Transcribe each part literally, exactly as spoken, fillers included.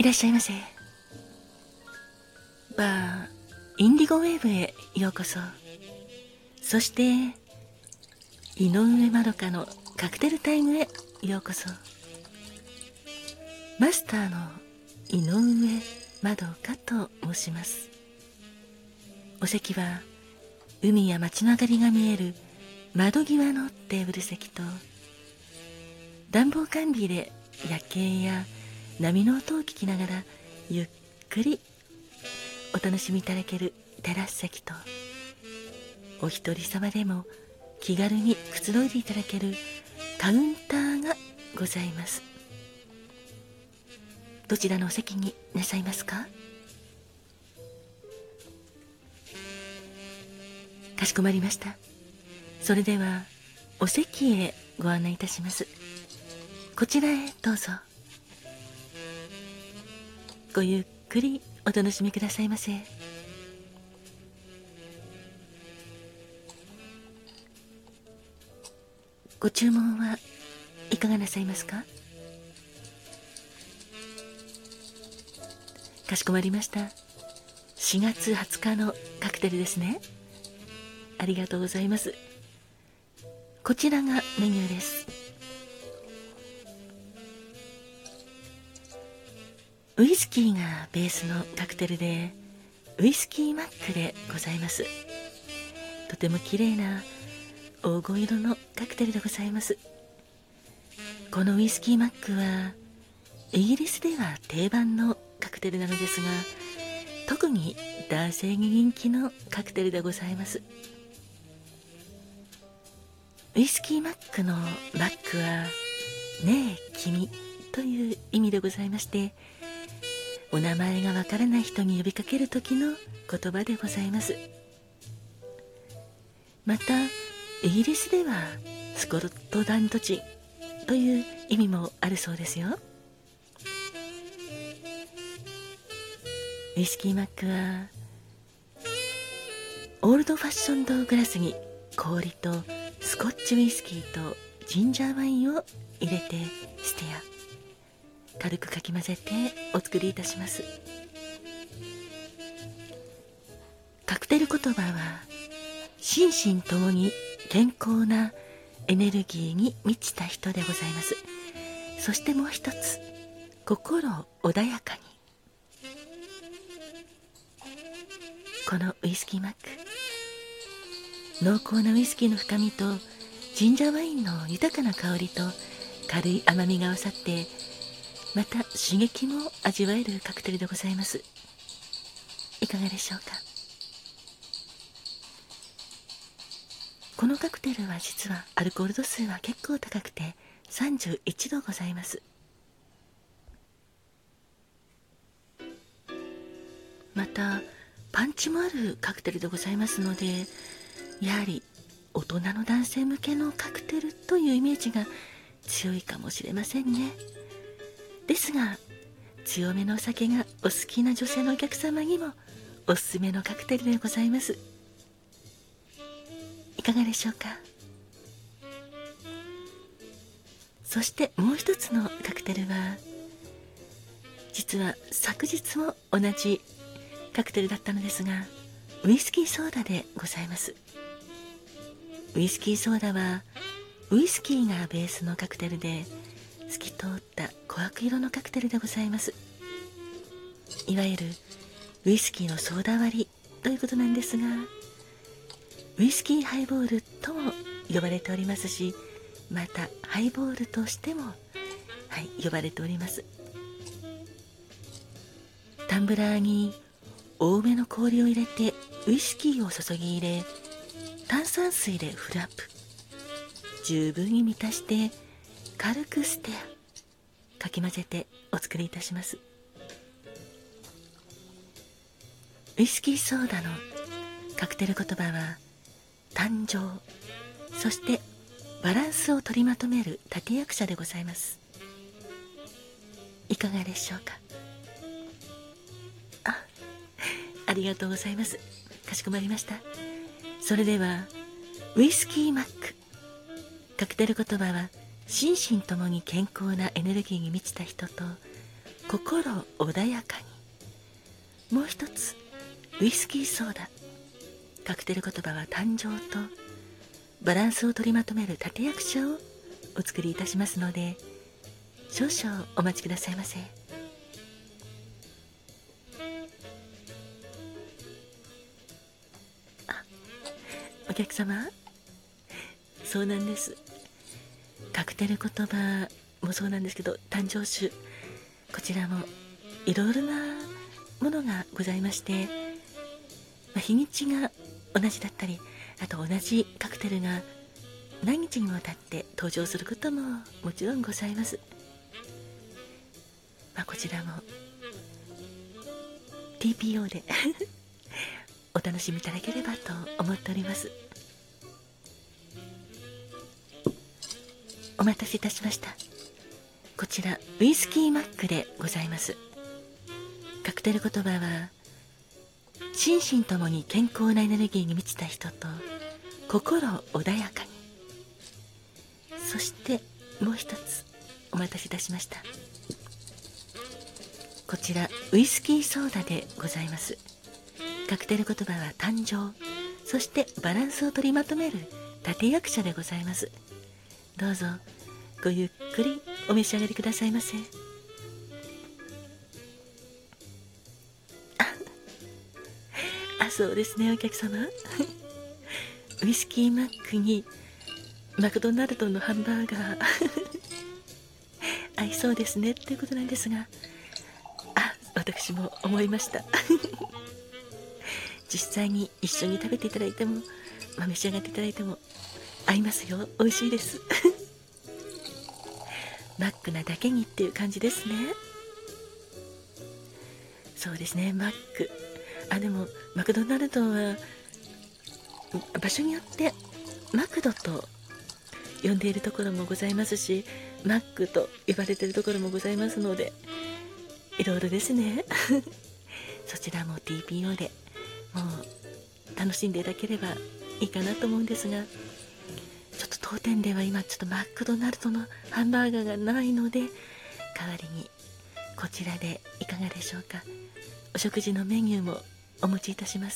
らっしゃいませ。バーインディゴウェーブへようこそ。そして井上まどかのカクテルタイムへようこそ。マスターの井上まどかと申します。お席は海や街の明かりが見える窓際のテーブル席と、暖房完備で夜景や波の音を聞きながらゆっくりお楽しみいただけるテラス席と、お一人様でも気軽にくつろいでいただけるカウンターがございます。どちらのお席になさいますか？かしこまりました。それではお席へご案内いたします。こちらへどうぞ。ごゆっくりお楽しみくださいませ。ご注文はいかがなさいますか？かしこまりました。しがつはつかのカクテルですね。ありがとうございます。こちらがメニューです。ウイスキーがベースのカクテルで、ウイスキーマックでございます。とても綺麗な黄金色のカクテルでございます。このウイスキーマックはイギリスでは定番のカクテルなのですが、特に男性に人気のカクテルでございます。ウイスキーマックのマックはねえ君という意味でございまして、お名前がわからない人に呼びかける時の言葉でございます。またイギリスではスコットランド人という意味もあるそうですよ。ウイスキーマックはオールドファッションドグラスに氷とスコッチウイスキーとジンジャーワインを入れてステア軽くかき混ぜてお作りいたします。カクテル言葉は心身ともに健康なエネルギーに満ちた人でございます。そしてもう一つ、心穏やかに。このウイスキーマック、濃厚なウイスキーの深みとジンジャーワインの豊かな香りと軽い甘みが合わさって、また刺激も味わえるカクテルでございます。いかがでしょうか？このカクテルは実はアルコール度数は結構高くてさんじゅういちどございます。またパンチもあるカクテルでございますので、やはり大人の男性向けのカクテルというイメージが強いかもしれませんね。ですが強めのお酒がお好きな女性のお客様にもおすすめのカクテルでございます。いかがでしょうか？そしてもう一つのカクテルは、実は昨日も同じカクテルだったのですが、ウイスキーソーダでございます。ウイスキーソーダはウイスキーがベースのカクテルで、透き通った琥珀色のカクテルでございます。いわゆるウイスキーのソーダ割りということなんですが、ウイスキーハイボールとも呼ばれておりますし、またハイボールとしても、はい、呼ばれております。タンブラーに多めの氷を入れてウイスキーを注ぎ入れ、炭酸水でフルアップ、十分に満たして軽くステアかき混ぜてお作りいたします。ウイスキーソーダのカクテル言葉は誕生、そしてバランスを取りまとめる立役者でございます。いかがでしょうか？あ、ありがとうございます。かしこまりました。それではウイスキーマック、カクテル言葉は心身ともに健康なエネルギーに満ちた人と心穏やかに。もう一つ、ウイスキーソーダ。カクテル言葉は誕生とバランスを取りまとめる立役者をお作りいたしますので、少々お待ちくださいませ。あ、お客様、そうなんです。カクテル言葉もそうなんですけど、誕生酒、こちらもいろいろなものがございまして、まあ、日にちが同じだったり、あと同じカクテルが何日にもわたって登場することももちろんございます。まあ、こちらも ティーピーオー でお楽しみいただければと思っております。お待たせいたしました。こちらウイスキーマックでございます。カクテル言葉は、心身ともに健康なエネルギーに満ちた人と心穏やかに。そしてもう一つお待たせいたしました。こちらウイスキーソーダでございます。カクテル言葉は誕生、そしてバランスを取りまとめる立役者でございます。どうぞごゆっくりお召し上がりくださいませ。あ、そうですね、お客様ウイスキーマックにマクドナルドのハンバーガー合いそうですねっていうことなんですが、あ、私も思いました実際に一緒に食べていただいても、まあ、召し上がっていただいても合いますよ。美味しいですマックなだけにっていう感じですね。そうですね、マック、あ、でもマクドナルドは場所によってマクドと呼んでいるところもございますし、マックと呼ばれているところもございますので、いろいろですねそちらも ティーピーオー でもう楽しんでいただければいいかなと思うんですが、ちょっと当店では今ちょっとマクドナルドのハンバーガーがないので、代わりにこちらでいかがでしょうか。お食事のメニューもお持ちいたします。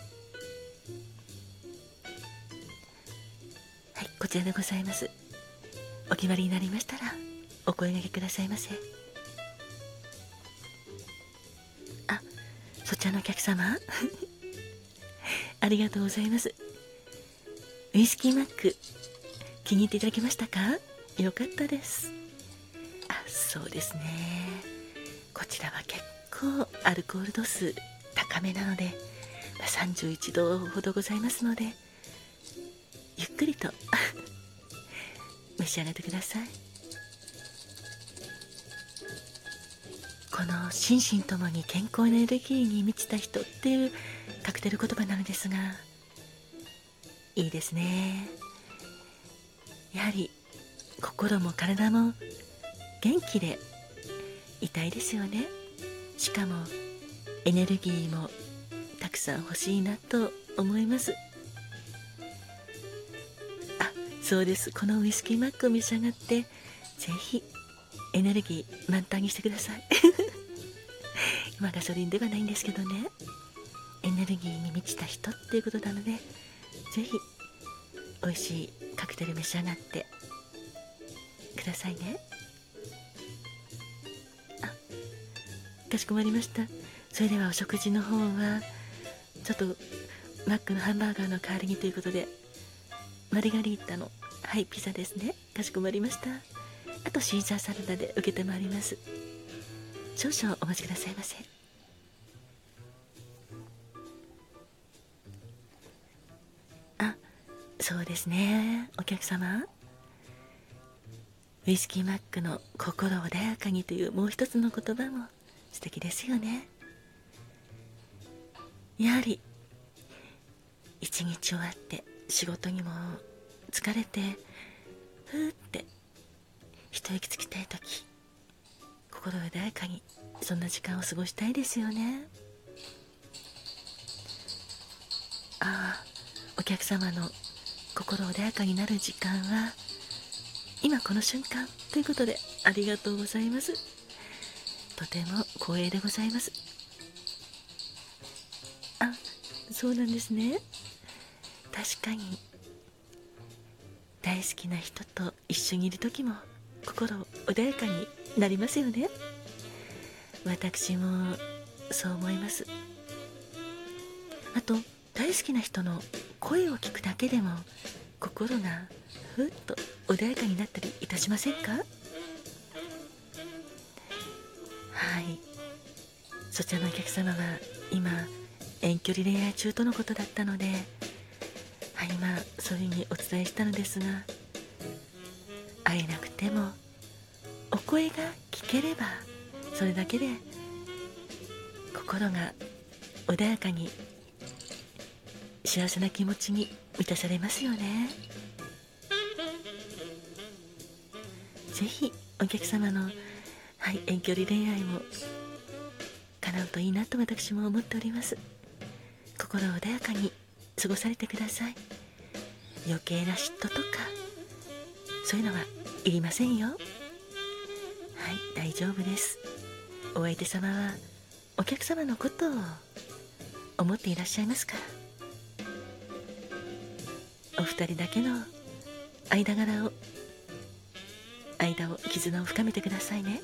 はい、こちらでございます。お決まりになりましたらお声掛けくださいませ。あ、そちらのお客様ありがとうございます。ウイスキーマック気に入っていただけましたか？よかったです。あ、そうですね、こちらは結構アルコール度数高めなので、まあ、さんじゅういちどほどございますので、ゆっくりと召し上がってください。この心身ともに健康エネルギーに満ちた人っていうカクテル言葉なのですが、いいですね。やはり心も体も元気でいたいですよね。しかもエネルギーもたくさん欲しいなと思います。あ、そうです、このウイスキーマックを召し上がってぜひエネルギー満タンにしてくださいまあガソリンではないんですけどね、エネルギーに満ちた人っていうことなので、ぜひ美味しいカクテル召し上がってくださいね。あ、かしこまりました。それではお食事の方はちょっとマックのハンバーガーの代わりにということで、マルガリータの、はい、ピザですね。かしこまりました。あとシーザーサラダで受けてまいります。少々お待ちくださいませ。あ、そうですね、お客様、ウイスキーマックの心穏やかにというもう一つの言葉も素敵ですよね。やはり一日終わって仕事にも疲れてふーって一息つきたいとき、心穏やかにそんな時間を過ごしたいですよね。ああ、お客様の心穏やかになる時間は今この瞬間ということで、ありがとうございます。 とても光栄でございます。あ、そうなんですね。確かに大好きな人と一緒にいる時も心穏やかになりますよね。私もそう思います。あと大好きな人の声を聞くだけでも心がふっと穏やかになったりいたしませんか？はい、そちらのお客様は今遠距離恋愛中とのことだったので、はい、今そういうふうにお伝えしたのですが、会えなくてもお声が聞ければそれだけで心が穏やかに幸せな気持ちに満たされますよね。ぜひお客様の、はい、遠距離恋愛も叶うといいなと私も思っております。心穏やかに過ごされてください。余計な嫉妬とかそういうのはいりませんよ。はい、大丈夫です。お相手様はお客様のことを思っていらっしゃいますから、お二人だけの間柄を間を絆を深めてくださいね。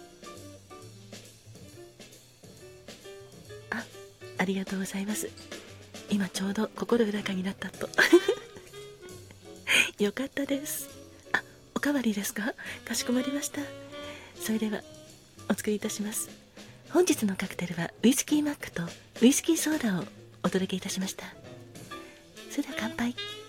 あ、ありがとうございます。今ちょうど心豊かになったとよかったです。あ、おかわりですか？かしこまりました。それではお作りいたします。本日のカクテルはウイスキーマックとウイスキーソーダをお届けいたしました。それでは乾杯。